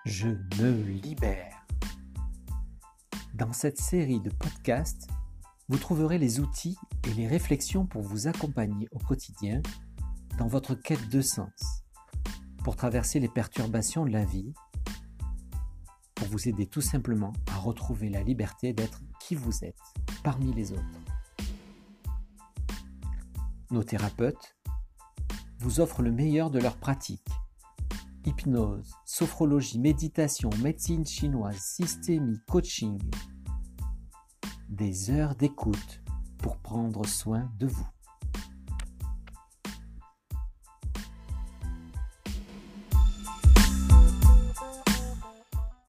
Je me libère. Dans cette série de podcasts, vous trouverez les outils et les réflexions pour vous accompagner au quotidien dans votre quête de sens, pour traverser les perturbations de la vie, pour vous aider tout simplement à retrouver la liberté d'être qui vous êtes parmi les autres. Nos thérapeutes vous offrent le meilleur de leurs pratiques. Hypnose, sophrologie, méditation, médecine chinoise, systémie, coaching. Des heures d'écoute pour prendre soin de vous.